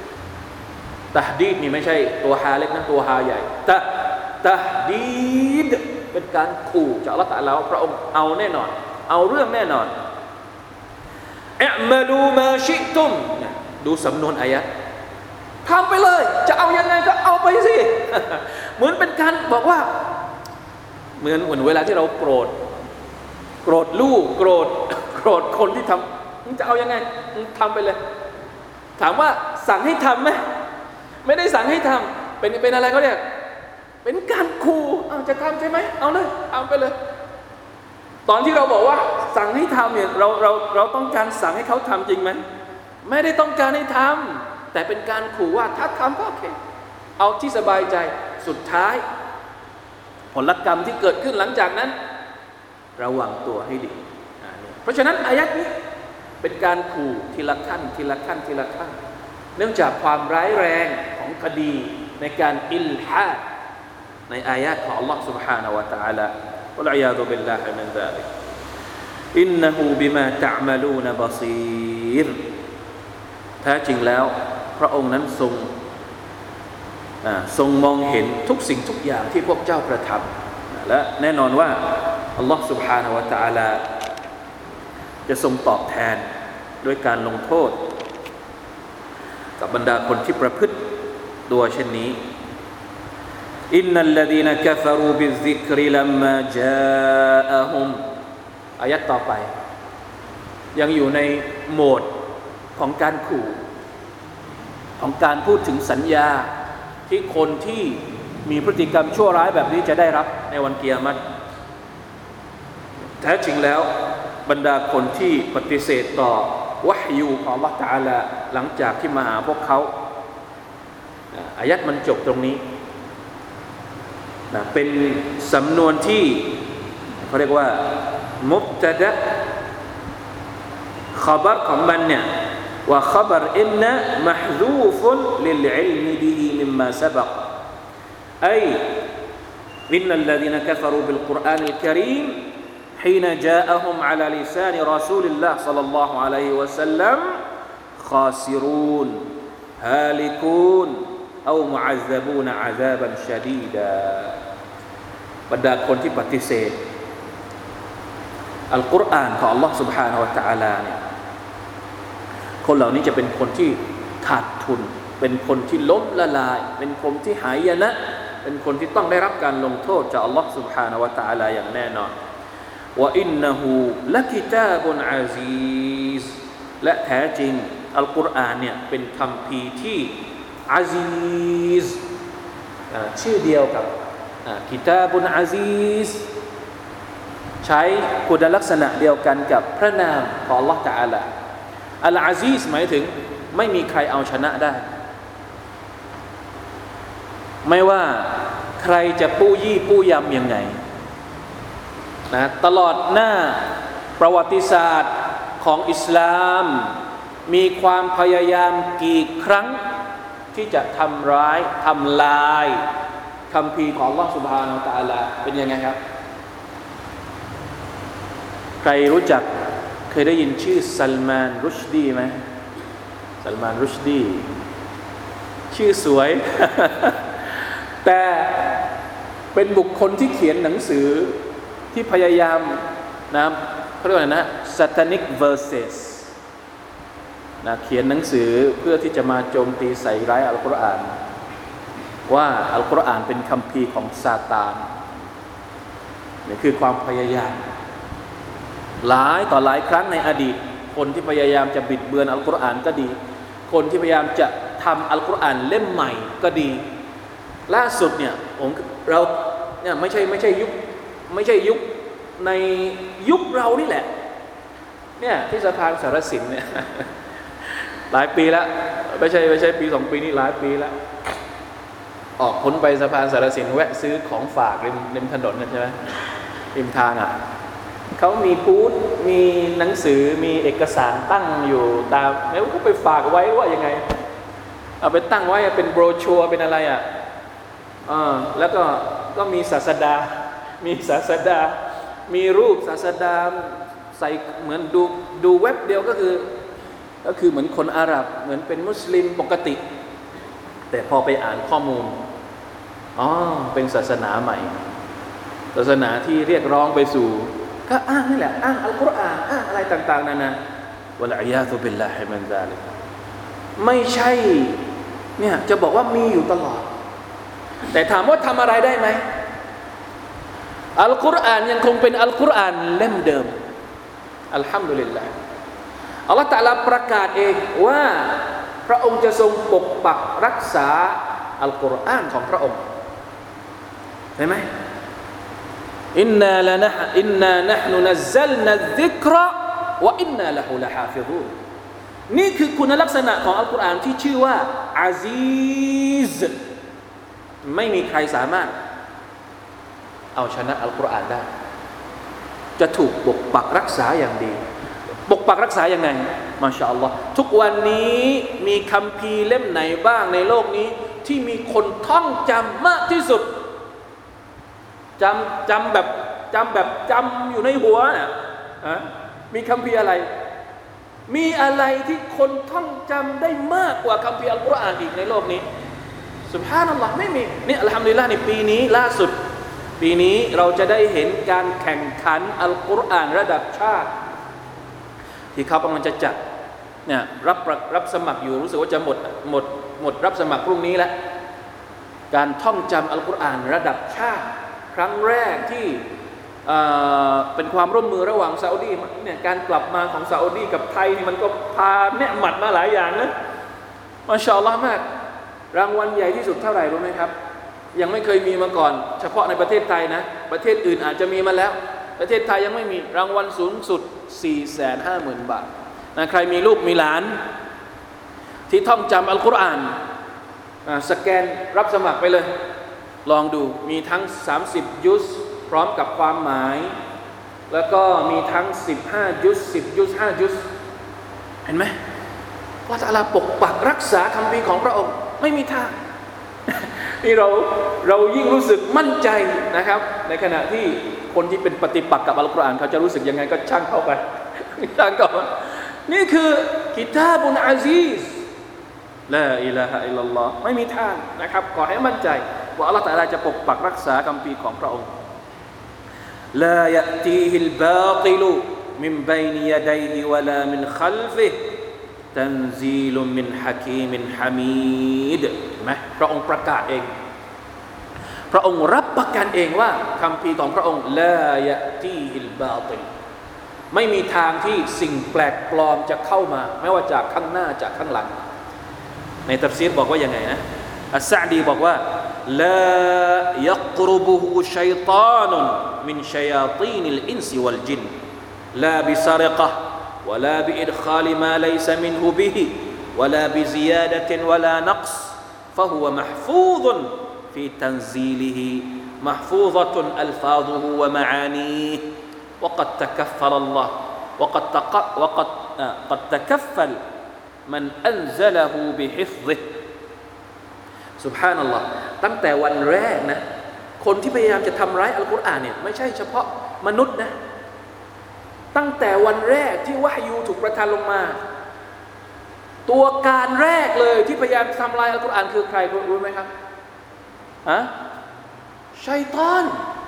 นี่ไม่ใช่ตัวฮาเล็กนะตัวฮาใหญ่ตะฮดีดเป็นการขู่จากอัลเลาะห์ตะอาลาว่าพระองค์เอาแน่นอนเอาเรื่องแน่นอนอิอ์มะลูมาชิตุมดูสำนวนอายะห์ทำไปเลยจะเอายังไงก็เอาไปสิ เหมือนเป็นการบอกว่าเหมือนเวลาที่เราโกรธลูกโกรธคนที่ทำมึงจะเอายังไงทำไปเลยถามว่าสั่งให้ทำไหมไม่ได้สั่งให้ทำเป็นอะไรเขาเรียกเป็นการขู่จะทำใช่ไหมเอาเลยเอาไปเลยตอนที่เราบอกว่าสั่งให้ทำเนี่ยเราต้องการสั่งให้เขาทำจริงไหมไม่ได้ต้องการให้ทำแต่เป็นการขู่ว่าถ้าทำก็โอเคเอาที่สบายใจสุดท้ายผลกรรมที่เกิดขึ้นหลังจากนั้นระวังตัวให้ดีเพราะฉะนั้นอายัดนี้เป็นการขู่ทีละขั้นเนื่องจากความร้ายแรงของคดีในการอิลฮาดในอายะห์ของ Allah سبحانه และ تعالى วะลัยาซุบิลลาฮิมินซาลิกอินนะฮูบิมาตะอ์มะลูนบะซีรแท้จริงแล้วพระองค์นั้นทรงมองเห็นทุกสิ่งทุกอย่างที่พวกเจ้ากระทำและแน่นอนว่าอัลลอฮฺ سبحانه และ تعالى จะทรงตอบแทนด้วยการลงโทษกับบรรดาคนที่ประพฤติตัวเช่นนี้อินนัลลดีนกัฟรูบิซิกริลัมมาจาอะฮุมอายะห์ต่อไปยังอยู่ในโหมดของการขู่ของการพูดถึงสัญญาที่คนที่มีพฤติกรรมชั่วร้ายแบบนี้จะได้รับในวันกิยามะห์แท้จริงแล้วบรรดาคนที่ปฏิเสธต่อวะฮยูของ Allah Ta'ala หลังจากที่มาหาพวกเขาอายัดมันจบตรงนี้เป็นสำนวนที่เขาเรียกว่ามุบตะดะขบัรของมันเนี่ยว่าขบัรอินนะมะฮซูฟุนลิลอิลมิบิฮิมิมมาซะบักอินนัลลดีนกัฟรูบิลกุรอานิลกะรีมحين جاءهم على لسان رسول الله صلى الله عليه وسلم خاسرون هالكون أو معذبون عذابا شديدا บรรดาคนที่ปฏิเสธอัลกุรอานของ Allah سبحانه และ تعالى เนี่ยคนเหล่านี้จะเป็นคนที่ขาดทุนเป็นคนที่ล้มละลายเป็นคนที่หายนะเป็นคนที่ต้องได้รับการลงโทษจาก Allah سبحانه และ تعالى อย่างแน่นอนว่าอินนะฮูละกิตาบุนอาซีซและแท้จริงอัลกุรอานเนี่ยเป็นคัมภีร์ที่อาซีซชื่อเดียวกับกิตาบุนอาซีซใช้คุณลักษณะเดียวกันกับพระนามของ Allah Ta'ala อัลอาซีซหมายถึงไม่มีใครเอาชนะได้ไม่ว่าใครจะปู้ยี่ปู้ยำยังไงนะตลอดหน้าประวัติศาสตร์ของอิสลามมีความพยายามกี่ครั้งที่จะทำร้ายทำลายคัมภีร์ของ Allah Subhanahu Wa Taala เป็นยังไงครับใครรู้จักเคยได้ยินชื่อซัลมานรุชดีไหมซัลมานรุชดีชื่อสวย แต่เป็นบุคคลที่เขียนหนังสือที่พยายามนะเขาเรียกว่าอะไรนะ Satanic Verses นะเขียนหนังสือเพื่อที่จะมาโจมตีใส่ร้ายอัลกุรอานว่าอัลกุรอานเป็นคัมภีร์ของซาตานนี่คือความพยายามหลายต่อหลายครั้งในอดีตคนที่พยายามจะบิดเบือนอัลกุรอานก็ดีคนที่พยายามจะทำอัลกุรอานเล่มใหม่ก็ดีล่าสุดเนี่ยเราเนี่ยไม่ใช่ยุคในยุคเรานี่แหละเนี่ยที่สะพานสารสินเนี่ย หลายปีแล้วไม่ใช่ปี2 ปีนี้หลายปีแล้วออกพ้นไปสะพานสารสินแวะซื้อของฝากริมถนนใช่ไหมริมทางอ่ะเขามีบูธมีหนังสือมีเอกสารตั้งอยู่ตามแล้วก็ไปฝากไว้ว่ายังไงเอาไปตั้งไว้เป็นโบรชัวร์เป็นอะไรอ่ะแล้วก็มีศาสดามีรูปศาสดาใส่เหมือนดูเว็บเดียวก็คือเหมือนคนอาหรับเหมือนเป็นมุสลิมปกติแต่พอไปอ่านข้อมูลเป็นศาสนาใหม่ศาสนาที่เรียกร้องไปสู่ก็อ้างนี่แหละอ้างอัลกุรอานอ้างอะไรต่างๆนานาวัลอียาซุบิลลาฮิมินซาลิกไม่ใช่เนี่ยจะบอกว่ามีอยู่ตลอดแต่ถามว่าทำอะไรได้ไหมอัลกุรอานยังคงเป็นอัลกุรอานเล่มเดิมอัลฮัมดุลิลลาห์อัลลอฮฺตะอาลาประกาศเองว่าพระองค์จะทรงปกปักรักษาอัลกุรอานของพระองค์เห็นไหมอินนานะห์นุนัซซัลนัซซิกระวะอินนาละฮูละฮาฟิซูนนี่คือคุณลักษณะของอัลกุรอานที่ชื่อว่าอาซีซไม่มีใครสามารถเอาชนะอัลกุรอานได้จะถูกปกปักรักษาอย่างดีปกปักรักษายังไงมาชาอัลลอฮ์ทุกวันนี้มีคัมภีร์เล่มไหนบ้างในโลกนี้ที่มีคนท่องจำมากที่สุดจำแบบจำอยู่ในหัวน่ะมีคัมภีร์อะไรมีอะไรที่คนท่องจำได้มากกว่าคัมภีร์อัลกุรอานอีกในโลกนี้ซุบฮานัลลอฮ์ไม่มีนี่อัลฮัมดุลิลละห์ในปีนี้ล่าสุดปีนี้เราจะได้เห็นการแข่งขันอัลกุรอานระดับชาติที่เขากำลังจะจัดเนี่ยรับสมัครอยู่รู้สึกว่าจะหมดรับสมัครพรุ่งนี้แล้วการท่องจำอัลกุรอานระดับชาติครั้งแรกที่เป็นความร่วมมือระหว่างซาอุดีเนี่ยการกลับมาของซาอุดีกับไทยนี่มันก็พาเนืหมัดมาหลายอย่างนะมาชาอัลลอฮ์มากรางวัลใหญ่ที่สุดเท่าไหร่รู้ไหมครับยังไม่เคยมีมาก่อนเฉพาะในประเทศไทยนะประเทศอื่นอาจจะมีมาแล้วประเทศไทยยังไม่มีรางวัลสูงสุด 450,000 บาทนะใครมีลูกมีหลานที่ท่องจำอัลกุรอานสแกนรับสมัครไปเลยลองดูมีทั้ง30ยุสพร้อมกับความหมายแล้วก็มีทั้ง15ยุส10ยุส5ยุสเห็นไหมว่าอัลลอฮฺปกปักรักษาคัมภีร์ของพระองค์ไม่มีทางนี่เรายิ่งรู้สึกมั่นใจนะครับในขณะที่คนที่เป็นปฏิปักษ์กับอัลกุรอานเขาจะรู้สึกยังไงก็ช่างเข้าไปช่างเข้าไปนี่คือกิตาบุนอาซีซลาอิลาฮะอิลลัลลอฮ์ไม่มีทางนะครับขอให้มั่นใจว่าอัลเลาะห์ตะอาลาจะปกปักรักษาคัมภีร์ของพระองค์ลายะตีฮิลบาติลมินบัยนิยะดัยฮิวะลามินคัลฟิฮิตันซีลุมินฮะกีมินฮะมีดมั้ยพระองค์ประกาศเองพระองค์รับประกันเองว่าคัมภีร์ของพระองค์ลายะตีฮิลบาติลไม่มีทางที่สิ่งแปลกปลอมจะเข้ามาไม่ว่าจากข้างหน้าจากข้างหลังในตัฟซีรบอกว่ายังไงนะอัสซะดีบอกว่า لا يقربه شيطان من شياطين الإنس والجن لا بسرقة ولا بإدخال ما ليس منه به ولا بزيادة ولا نقص فهو محفوظ في تنزيله محفوظة ألفاظه ومعانيه وقد تكفل الله قد تكفل من أنزله بحفظه سبحان الله ตั้งแต่วันแรกนะคนที่พยายามจะทำร้ายอัลกุรอานเนี่ยไม่ใช่เฉพาะมนุษย์นะตั้งแต่วันแรกที่วะฮยูถูกประทานลงมาตัวการแรกเลยที่พยายามทำลายอัลกุรอานคือใครรู้ไหมครับชัยฏอน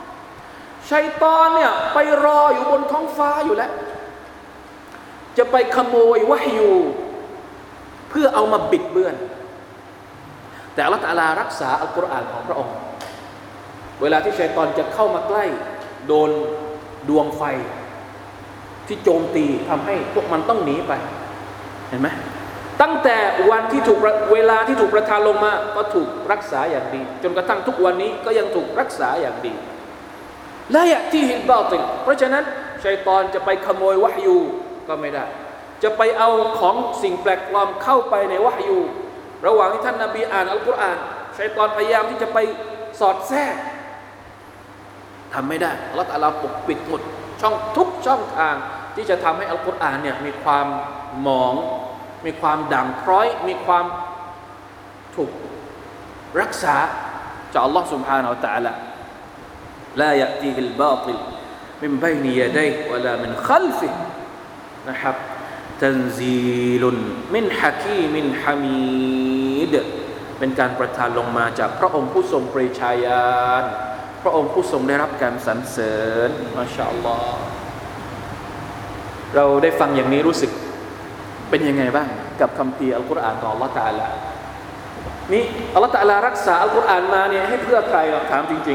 เนี่ยไปรออยู่บนท้องฟ้าอยู่แล้วจะไปขโมยวะฮยูเพื่อเอามาบิดเบือนแต่อัลเลาะห์ตะอาลารักษาอัลกุรอานของพระองค์เวลาที่ชัยฏอนจะเข้ามาใกล้โดนดวงไฟที่โจมตีทำให้พวกมันต้องหนีไปเห็นไหมตั้งแต่วันที่ถูกเวลาที่ถูกประทานลงมาก็ถูกรักษาอย่างดีจนกระทั่งทุกวันนี้ก็ยังถูกรักษาอย่างดีลายะที่ฮิลบาติลเพราะฉะนั้นชัยฏอนจะไปขโมยวะฮยูก็ไม่ได้จะไปเอาของสิ่งแปลกปลอมเข้าไปในวะฮยูระหว่างที่ท่านนบีอ่านอัลกุรอานชัยฏอนพยายามที่จะไปสอดแทรกทำไม่ได้อัลเลาะห์ตะอาลาปกปิดหมดทุกช่องทางที่จะทำให้อัลกุรอานเนี่ยมีความหมองมีความด่างพร้อยมีความถูกรักษาจากอัลลอฮ์ سبحانه และ تعالى لا يأتيه الباطل من بين يديه ولا من خلفه นะครับ تنزيل من حكيم حميد เป็นการประทานลงมาจากพระองค์ผู้ทรงปริชาญาณพระองค์ผู้ทรงได้รับการสรรเสริญมาชาอัลลอฮ์เราได้ฟังอย่างนี้รู้สึกเป็นยังไงบ้างกับคัมภีร์อัลกุรอานของอัลเลาะห์ตะอาลานี่อัลเลาะห์ตะอาลารักษาอัลกุรอานมาเนี่ยให้เพื่อใครถามจริง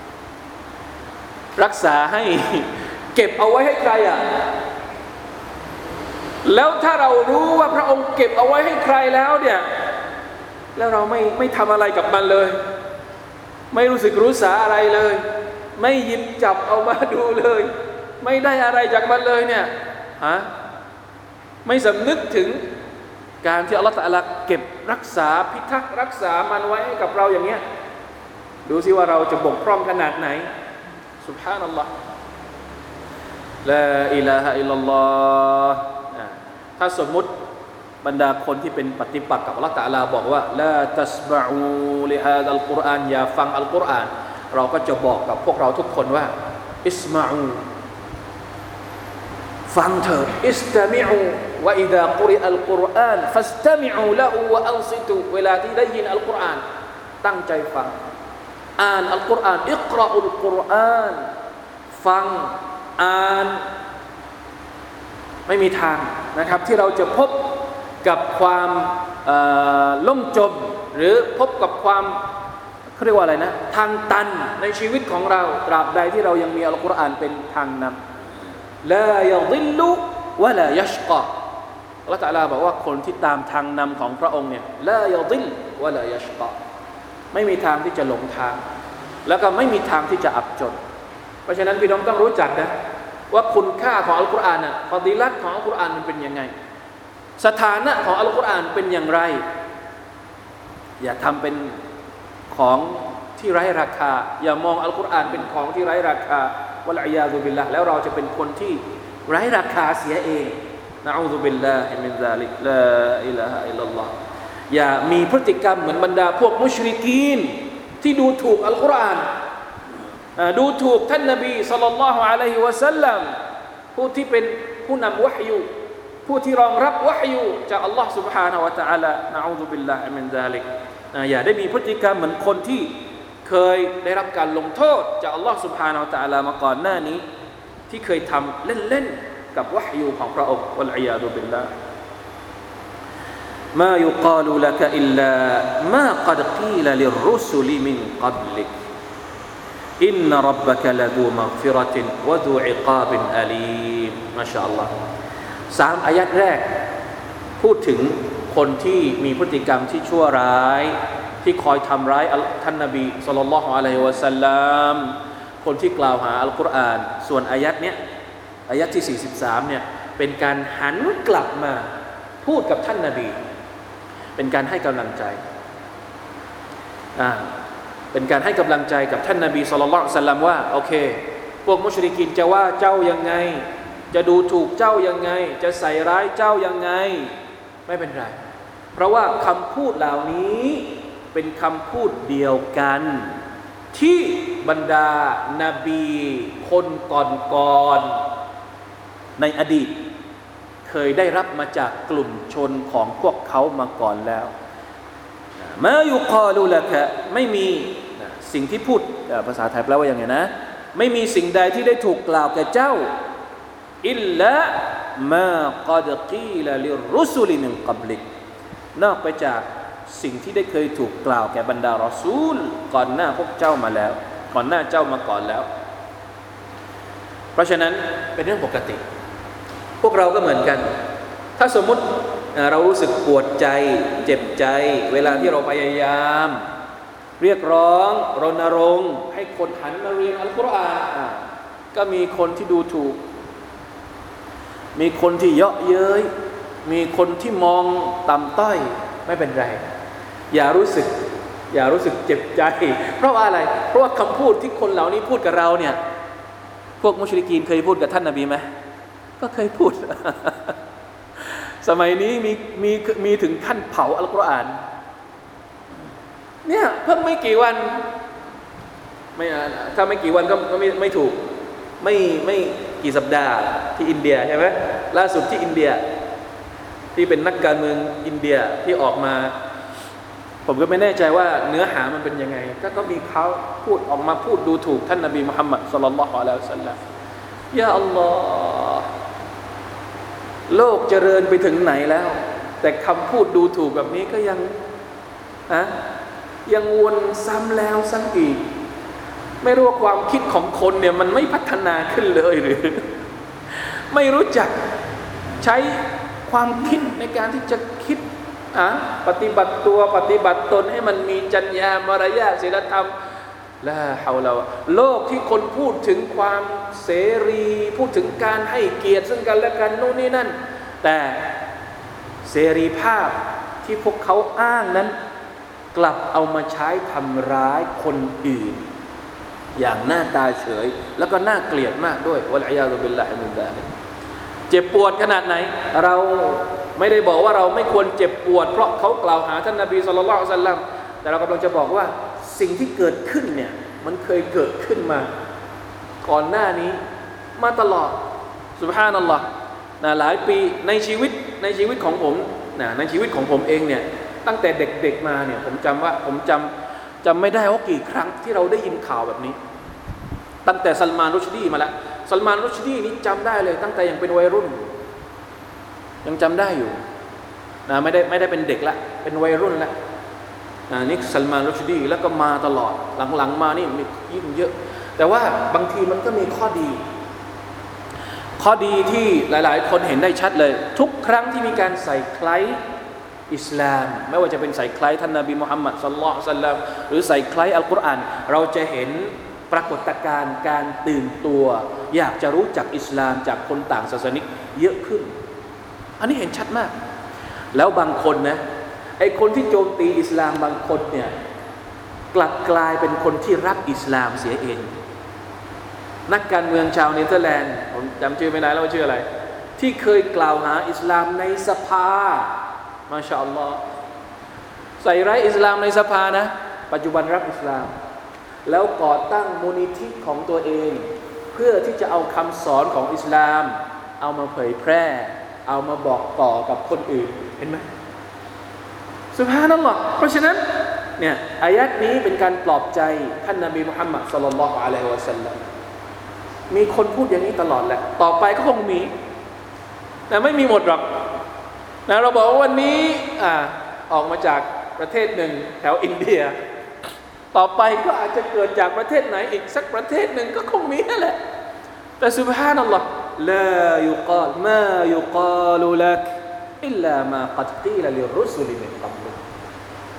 ๆรักษาให้เก็บเอาไว้ให้ใครแล้วถ้าเรารู้ว่าพระองค์เก็บเอาไว้ให้ใครแล้วเนี่ยแล้วเราไม่ทำอะไรกับมันเลยไม่รู้สึกรู้สาอะไรเลยไม่หยิบจับเอามาดูเลยไม่ได้อะไรจากมันเลยเนี่ยไม่สำนึกถึงการที่อัลเลาะห์ตะอาลาเก็บรักษาพิทักษ์รักษามันไว้ให้กับเราอย่างเงี้ยดูสิว่าเราจะบกพร่องขนาดไหนซุบฮานัลลอฮ์ลาอิลาฮะอิลลัลลอฮ์ถ้าสมมุติบรรดาคนที่เป็นปฏิปักษ์กับอัลเลาะห์ตะอาลาบอกว่าลาตัสมะอูลิฮาซัลกุรอานอย่าฟังอัลกุรอานเราก็จะบอกกับพวกเราทุกคนว่าอิสมาอูฟังเถิดอิสตะมิอูวะอิซากุริอัลกุรอานฟัสตะมิอูละฮูวะอันซิตุเวลาที่ได้ยินอัลกุรอานตั้งใจฟังอ่านอัลกุรอานอิกรออุลกุรอานฟังอ่านไม่มีทางนะครับที่เราจะพบกับความล่มจมหรือพบกับความเขาเรียกว่าอะไรนะทางตันในชีวิตของเราตราบใดที่เรายังมีอัลกุรอานเป็นทางนำลายะฎิลลุวะลายัชกออัลเลาะห์ตะอาลาบอกว่าคนที่ตามทางนำของพระองค์เนี่ยลายะฎิลวะลายัชกอไม่มีทางที่จะหลงทางแล้วก็ไม่มีทางที่จะอับจนเพราะฉะนั้นพี่น้องต้องรู้จักนะว่าคุณค่าของอัลกุรอานฟอฎิลัตของอัลกุรอานมันเป็นยังไงสถานะของอัลกุรอานเป็นอย่างไรอย่าทำเป็นของที่ไร้ราคาอย่ามองอัลกุรอานเป็นของที่ไร้ราคาวะลัยยาซุบิลลาห์แล้วเราจะเป็นคนที่ไร้ราคาเสียเองนะอูซุบิลลาฮิมินซาลิกลาอิลาฮะอิลลัลลอฮ์อย่ามีพฤติกรรมเหมือนบรรดาพวกมุชริกีนที่ดูถูกอัลกุรอานดูถูกท่านนบีศ็อลลัลลอฮุอะลัยฮิวะซัลลัมผู้ที่เป็นผู้นำวะฮยูผู้ที่รองรับวะฮยูจากอัลลอฮ์ سبحانه และ تعالى นะอูซุบิลลาฮิมินซาลิกอย่าได้มีพฤติกรรมเหมือนคนที่เคยได้รับการลงโทษจากอัลลอฮ์ سبحانه และ تعالى มาก่อนหน้านี้ที่เคยทำเล่นๆกับวะฮยูของพระองค์วัลอียาซุบิลลาห์ما يقال لك إلا ما قد قيل للرسل من قبلك إن ربك لذو مغفرة وذو عقاب أليم ما شاء الله 3 อายัดแรกพูดถึงคนที่มีพฤติกรรมที่ชั่วร้ายที่คอยทำร้ายท่านนบีศ็อลลัลลอฮุอะลัยฮิวะซัลลัมคนที่กล่าวหาอัลกุรอานส่วนอายัดเนี้ยอายัดที่43เนี่ยเป็นการหันกลับมาพูดกับท่านนบีเป็นการให้กำลังใจเป็นการให้กำลังใจกับท่านนบีศ็อลลัลลอฮุอะลัยฮิวะซัลลัมว่าโอเคพวกมุชริกีนจะว่าเจ้ายังไงจะดูถูกเจ้ายังไงจะใส่ร้ายเจ้ายังไงไม่เป็นไรเพราะว่าคำพูดเหล่านี้เป็นคำพูดเดียวกันที่บรรดานาบีคนก่อนๆในอดีตเคยได้รับมาจากกลุ่มชนของพวกเขามาก่อนแล้วมายุกาลูละกะไม่มีสิ่งที่พูดภาษาไทยแปลว่าอย่างไงนะไม่มีสิ่งใดที่ได้ถูกกล่าวแก่เจ้าอิลลามากัดกีลลิรรุสุลิมินกับลิกนอกไปจากสิ่งที่ได้เคยถูกกล่าวแก่บรรดารอซูลก่อนหน้าพวกเจ้ามาแล้วก่อนหน้าเจ้ามาก่อนแล้วเพราะฉะนั้นเป็นเรื่องปกติพวกเราก็เหมือนกันถ้าสมมุติเรารู้สึกปวดใจเจ็บใจเวลาที่เราพยายามเรียกร้องรณรงค์ให้คนหันมาเรียนอัลกุรอานก็มีคนที่ดูถูกมีคนที่เยาะเย้ยมีคนที่มองต่ำต้อยไม่เป็นไรอย่ารู้สึกเจ็บใจเพราะว่าอะไรเพราะว่าคำพูดที่คนเหล่านี้พูดกับเราเนี่ยพวกมุชริกีนเคยพูดกับท่านนบีไหมก็เคยพูด สมัยนี้มีถึงขั้นเผาอัลกุรอานเนี่ยเพิ่งไม่กี่วันไม่ถ้าไม่กี่วันก็ไม่ถูกไม่กี่สัปดาห์ที่อินเดียใช่ไหมล่าสุดที่อินเดียที่เป็นนักการเมืองอินเดียที่ออกมาผมก็ไม่แน่ใจว่าเนื้อหามันเป็นยังไงก็มีเขาพูดออกมาพูดดูถูกท่านนบีมุฮัมมัดศ็อลลัลลอฮุอะลัยฮิวะซัลลัมยาอัลลอฮ์โลกเจริญไปถึงไหนแล้วแต่คำพูดดูถูกแบบนี้ก็ยังวนซ้ำแล้วซ้ำอีกไม่รู้ว่าความคิดของคนเนี่ยมันไม่พัฒนาขึ้นเลยหรือไม่รู้จักใช้ความคิดในการที่จะคิดปฏิบัติตัวปฏิบัติตนให้มันมีจรรยามารยาทศีลธรรมลาฮาวลาวะโลกที่คนพูดถึงความเสรีพูดถึงการให้เกียรติซึ่งกันและกันโน่นนี่นั่นแต่เสรีภาพที่พวกเขาอ้างนั้นกลับเอามาใช้ทำร้ายคนอื่นอย่างหน้าตาเฉยแล้วก็น่าเกลียดมากด้วยวะลัยยาซุบิลลาฮิมินซาลิกเจ็บปวดขนาดไหนเราไม่ได้บอกว่าเราไม่ควรเจ็บปวดเพราะเขากล่าวหาท่านนบีศ็อลลัลลอฮุอะลัยฮิวะซัลลัมแต่เรากำลังจะบอกว่าสิ่งที่เกิดขึ้นเนี่ยมันเคยเกิดขึ้นมาก่อนหน้านี้มาตลอดซุบฮานัลลอฮ์หลายปีในชีวิตของผมในชีวิตของผมเองเนี่ยตั้งแต่เด็กๆมาเนี่ยผมจำไม่ได้ว่ากี่ครั้งที่เราได้ยินข่าวแบบนี้ตั้งแต่ซัลมานรุชดีมาแล้วซัลมานรุชดีนี่จำได้เลยตั้งแต่ยังเป็นวัยรุ่นยังจำได้อยู่ไม่ได้เป็นเด็กละเป็นวัยรุ่นละนี่ซัลมานรุชดีแล้วก็มาตลอดหลังๆมานี่มียิ่งเยอะแต่ว่าบางทีมันก็มีข้อดีที่หลายๆคนเห็นได้ชัดเลยทุกครั้งที่มีการใส่ไคล้อิสลามไม่ว่าจะเป็นใส่คล้ายท่านนบีมุฮัมมัดศ็อลลัลลอฮุอะลัยฮิวะซัลลัมหรือใส่คล้ายอัลกุรอานเราจะเห็นปรากฏการณ์การตื่นตัวอยากจะรู้จักอิสลามจากคนต่างศาสนิกเยอะขึ้นอันนี้เห็นชัดมากแล้วบางคนนะไอ้คนที่โจมตีอิสลามบางคนเนี่ยกลับกลายเป็นคนที่รักอิสลามเสียเองนักการเมืองชาวเนเธอร์แลนด์ผมจำชื่อไม่ได้แล้วว่าชื่ออะไรที่เคยกล่าวหาอิสลามในสภามาชาอัลลอฮ์ใส่ร้ายอิสลามในสภานะปัจจุบันรักอิสลามแล้วก่อตั้งมูลนิธิของตัวเองเพื่อที่จะเอาคำสอนของอิสลามเอามาเผยแพร่เอามาบอกต่อกับคนอื่นเห็นไหมซุบฮานัลลอฮ์เพราะฉะนั้นเนี่ยอายัดนี้เป็นการปลอบใจท่านนบีมุฮัมมัดศ็อลลัลลอฮุอะลัยฮิวะซัลลัมมีคนพูดอย่างนี้ตลอดแหละต่อไปก็คงมีแต่ไม่มีหมดหรอกเราบอกว่าวันนี้ออกมาจากประเทศหนึ่งแถวอินเดียต่อไปก็อาจจะเกิดจากประเทศไหนอีกสักประเทศหนึ่งก็คงมีนั่นแหละแต่ซุบฮานัลลอฮ์ลายุกาลมายุกาลุลักอิลลามากัดกีลลิรรุสุลิมินกับลุ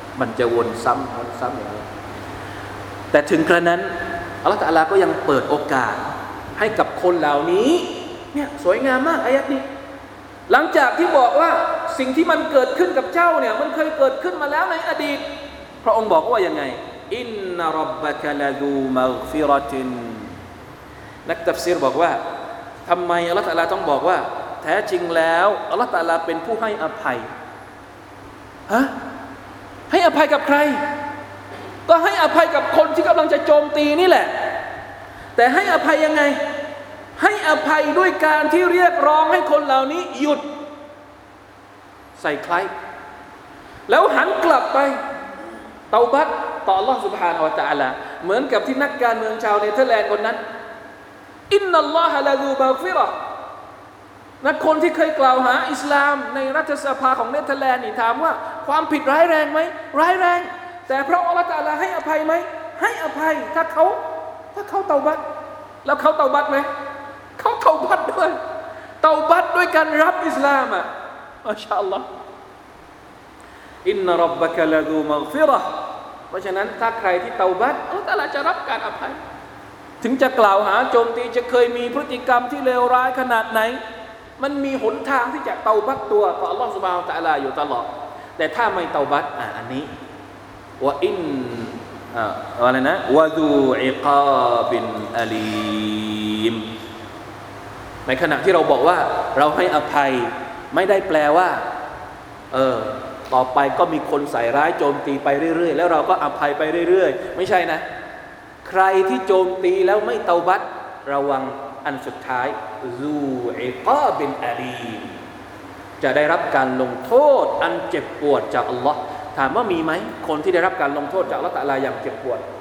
มันจะวนซ้ำวนซ้ำอย่างนี้แต่ถึงกระนั้นอัลลอฮฺตะอาลาก็ยังเปิดโอกาสให้กับคนเหล่านี้เนี่ยสวยงามมากอายะนี้หลังจากที่บอกว่าสิ่งที่มันเกิดขึ้นกับเจ้าเนี่ยมันเคยเกิดขึ้นมาแล้วในอดีตพระองค์บอกว่ายังไงอินนะร็อบบะกะละซูมัฆฟิเราะตินนักตัฟซีรบอกว่าทำไมอัลลอฮฺตะอาลาต้องบอกว่าแท้จริงแล้วอัลลอฮฺตะอาลาเป็นผู้ให้อภัยฮะให้อภัยกับใครก็ให้อภัยกับคนที่กำลังจะโจมตีนี่แหละแต่ให้อภัยยังไงให้อภัยด้วยการที่เรียกร้องให้คนเหล่านี้หยุดใส่ใครแล้วหันกลับไปเตาบัตต่อ Allah Subhanahu Wa Taala เหมือนกับที่นักการเมืองชาวเนเธอร์แลนด์คนนั้นอินนัลลอฮะละซูมัฆฟิเราะห์นักคนที่เคยกล่าวหาอิสลามในรัฐสภาของเนเธอร์แลนด์นี่ถามว่าความผิดร้ายแรงไหมร้ายแรงแต่พระองค์อัลเลาะห์ตะอาลาให้อภัยไหมให้อภัยถ้าเขาเตาบัตแล้วเขาเตาบัตไหมเขาเตาบัตด้วยเตาบัตด้วยการรับอิสลามอ่ะมาชาอัลลอฮ์อินนะร็อบบะกะละซูมัฆฟิเราะห์เพราะฉะนั้นถ้าใครที่เตาบัตอัลเลาะห์ตะอาลาจะรับการอภัยถึงจะกล่าวหาโจมตีจะเคยมีพฤติกรรมที่เลวร้ายขนาดไหนมันมีหนทางที่จะเตาบัตตัวต่อ Allah Subhanahu Wa Taala อยู่ตลอดแต่ถ้าไม่เตาบัตอันนี้ว่าอินอะไรนะวะดูอิกาบินอะลีมในขณะที่เราบอกว่าเราให้อภัยไม่ได้แปลว่าต่อไปก็มีคนใส่ร้ายโจมตีไปเรื่อยๆแล้วเราก็อภัยไปเรื่อยๆไม่ใช่นะใครที่โจมตีแล้วไม่เตาบัตระวังอันสุดท้ายซูอิกาบินอะลีมจะได้รับการลงโทษอันเจ็บปวดจากอัลลอฮ์ถามว่ามีไหมคนที่ได้รับการลงโทษจากอัลลอฮ์ตะอาลาอย่างเจ็บปวด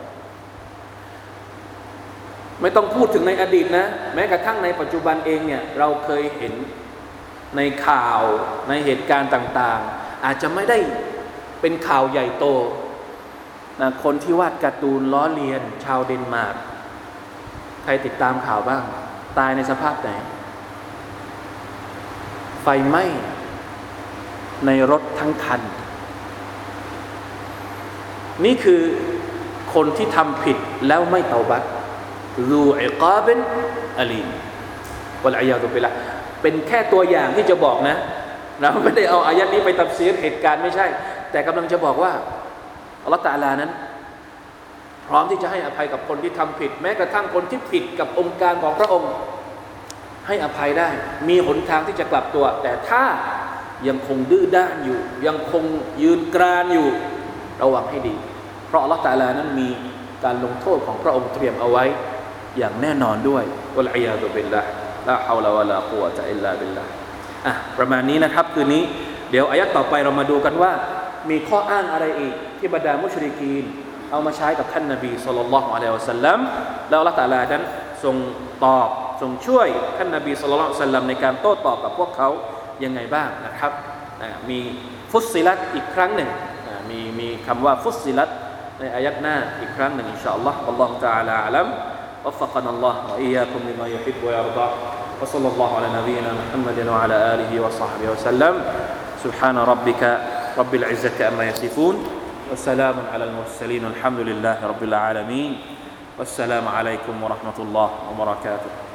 ไม่ต้องพูดถึงในอดีตนะแม้กระทั่งในปัจจุบันเองเนี่ยเราเคยเห็นในข่าวในเหตุการณ์ต่างๆอาจจะไม่ได้เป็นข่าวใหญ่โตนะคนที่วาดการ์ตูนล้อเลียนชาวเดนมาร์กใครติดตามข่าวบ้างตายในสภาพไหนไฟไหม้ในรถทั้งคันนี่คือคนที่ทำผิดแล้วไม่เตาบัตรูอิกาบินอะลีมวัลอียาตุบิลลาห์เป็นแค่ตัวอย่างที่จะบอกนะเราไม่ได้เอาอายะห์นี้ไปตัฟซีรเหตุการณ์ไม่ใช่แต่กำลังจะบอกว่าอัลเลาะห์ตะอาลานั้นพร้อมที่จะให้อภัยกับคนที่ทำผิดแม้กระทั่งคนที่ผิดกับองค์การของพระองค์ให้อภัยได้มีหนทางที่จะกลับตัวแต่ถ้ายังคงดื้อด้านอยู่ยังคงยืนกรานอยู่ระวังให้ดีเพราะอัลเลาะห์ตะอาลานั้นมีการลงโทษของพระองค์เตรียมเอาไว้อย่างแน่นอนด้วยวัลอียาตุบิลลาห์ลาฮาวละวะลากุวะตะอิลลาบิลลาห์ประมาณนี้นะครับคืนนี้เดี๋ยวอายะห์ต่อไปเรามาดูกันว่ามีข้ออ้างอะไรอีกที่บรรดามุชริกีนเอามาใช้กับท่านนบีศ็อลลัลลอฮุอะลัยฮิวะซัลลัมแล้วอัลเลาะห์ตะอาลานั้นทรงตอบทรงช่วยท่านนบีศ็อลลัลลอฮุอะลัยฮิวะซัลลัมในการโต้ตอบกับพวกเขายังไงบ้างนะครับมีฟุสซิลัตอีกครั้งหนึ่งมีคำว่าฟุสซิลัตในอายะห์หน้าอีกครั้งหนึ่งอินชาอัลลอฮ์วัลลอฮุตะอาลาอะลัมوفقنا الله وإياكم لما يحب ويرضى وصلى الله على نبينا محمد وعلى آله وصحبه وسلم سبحان ربك رب العزة عما يصفون وسلام على المرسلين الحمد لله رب العالمين والسلام عليكم ورحمة الله وبركاته